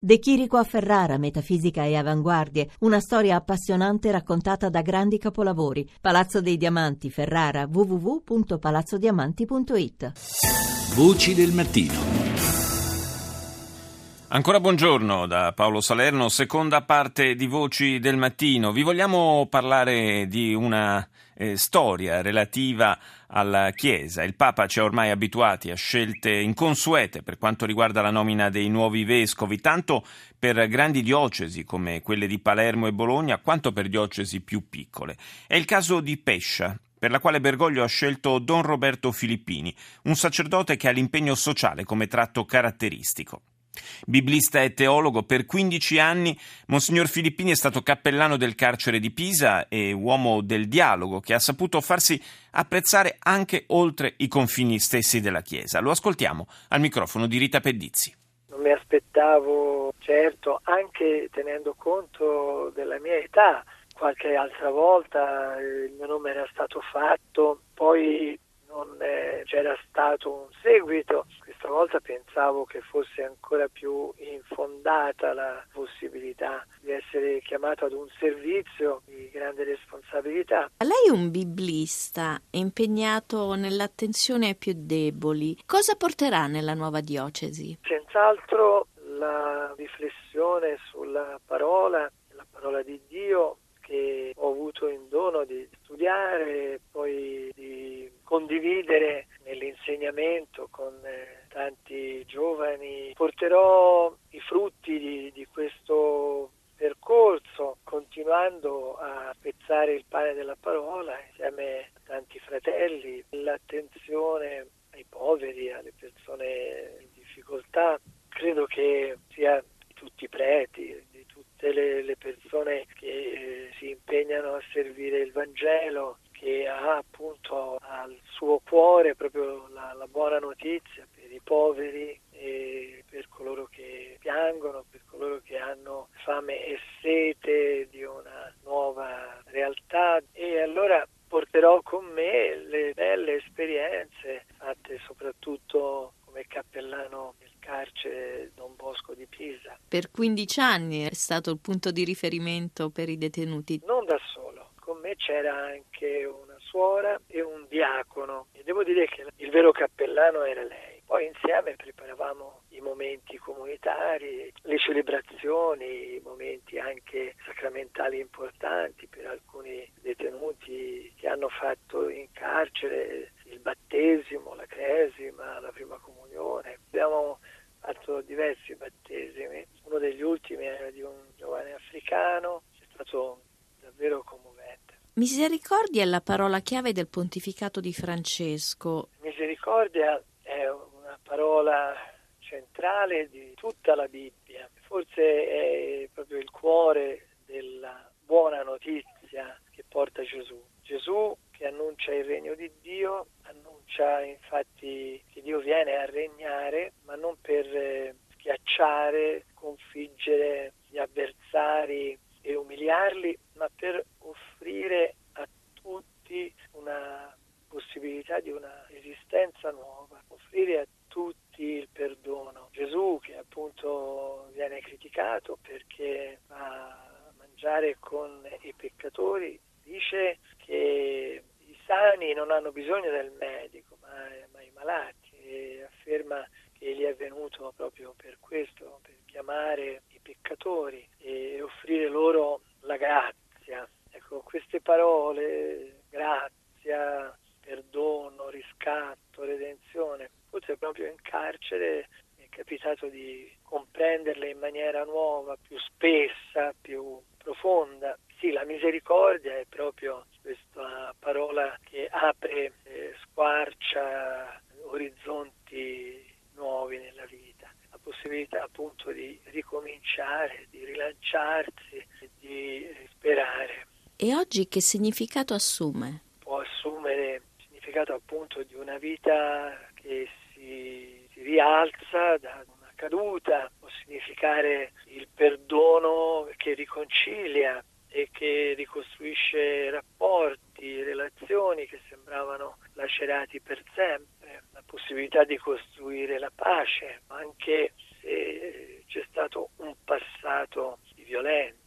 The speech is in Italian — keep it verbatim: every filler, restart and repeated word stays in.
De Chirico a Ferrara, metafisica e avanguardie, una storia appassionante raccontata da grandi capolavori. Palazzo dei Diamanti, Ferrara, w w w punto palazzo diamanti punto it. Voci del mattino. Ancora buongiorno da Paolo Salerno, seconda parte di Voci del Mattino. Vi vogliamo parlare di una eh, storia relativa alla Chiesa. Il Papa ci ha ormai abituati a scelte inconsuete per quanto riguarda la nomina dei nuovi vescovi, tanto per grandi diocesi come quelle di Palermo e Bologna, quanto per diocesi più piccole. È il caso di Pescia, per la quale Bergoglio ha scelto Don Roberto Filippini, un sacerdote che ha l'impegno sociale come tratto caratteristico. Biblista e teologo, per quindici anni Monsignor Filippini è stato cappellano del carcere di Pisa e uomo del dialogo che ha saputo farsi apprezzare anche oltre i confini stessi della Chiesa. Lo ascoltiamo al microfono di Rita Pedizzi. Non mi aspettavo, certo, anche tenendo conto della mia età, qualche altra volta il mio nome era stato fatto, poi non eh, c'era stato un seguito. Questa volta pensavo che fosse ancora più infondata la possibilità di essere chiamato ad un servizio di grande responsabilità. Lei è un biblista impegnato nell'attenzione ai più deboli. Cosa porterà nella nuova diocesi? Senz'altro la riflessione sulla parola, la parola di Dio, che ho avuto in dono di studiare e poi di condividere nell'insegnamento con eh, tanti giovani. Porterò i frutti di, di questo percorso, continuando a spezzare il pane della parola insieme a tanti fratelli, l'attenzione ai poveri, alle persone in difficoltà. Credo che sia di tutti i preti, di tutte le, le persone che eh, si impegnano a servire il Vangelo, che ha appunto al suo cuore proprio la, la buona notizia per i poveri e per coloro che piangono, per coloro che hanno fame e sete di una nuova realtà. E allora porterò con me le belle esperienze fatte soprattutto come cappellano del carcere Don Bosco di Pisa. Per quindici anni è stato il punto di riferimento per i detenuti. Non da solo. Con me c'era anche una suora e un diacono e devo dire che il vero cappellano era lei. Poi insieme preparavamo i momenti comunitari, le celebrazioni, i momenti anche sacramentali importanti per alcuni detenuti che hanno fatto in carcere il battesimo, la cresima, la prima comunione. Abbiamo fatto diversi battesimi, uno degli ultimi era di un giovane africano, è stato davvero commovente. Misericordia è la parola chiave del pontificato di Francesco. Misericordia è una parola centrale di tutta la Bibbia, forse è proprio il cuore della buona notizia che porta Gesù. Gesù che annuncia il regno di Dio, annuncia infatti che Dio viene a regnare, ma non per schiacciare, sconfiggere gli avversari e umiliarli, ma per offrire a tutti una possibilità di una esistenza nuova, offrire a tutti il perdono. Gesù, che appunto viene criticato perché va a mangiare con i peccatori, dice che i sani non hanno bisogno del medico, ma, ma i malati, e afferma che egli è venuto proprio per questo, per chiamare i peccatori e offrire loro la grazia. Ecco, queste parole, grazia, perdono, riscatto, redenzione, forse proprio in carcere mi è capitato di comprenderle in maniera nuova, più spessa, più profonda. Sì, la misericordia è proprio questa parola che apre, eh, squarcia orizzonti nuovi nella vita, la possibilità appunto di ricominciare, di rilanciarsi, di sperare. E oggi che significato assume? Può assumere il significato appunto di una vita che si, si rialza da una caduta, può significare il perdono che riconcilia e che ricostruisce rapporti, relazioni che sembravano lacerati per sempre, la possibilità di costruire la pace, anche se c'è stato stato un passato di violenza.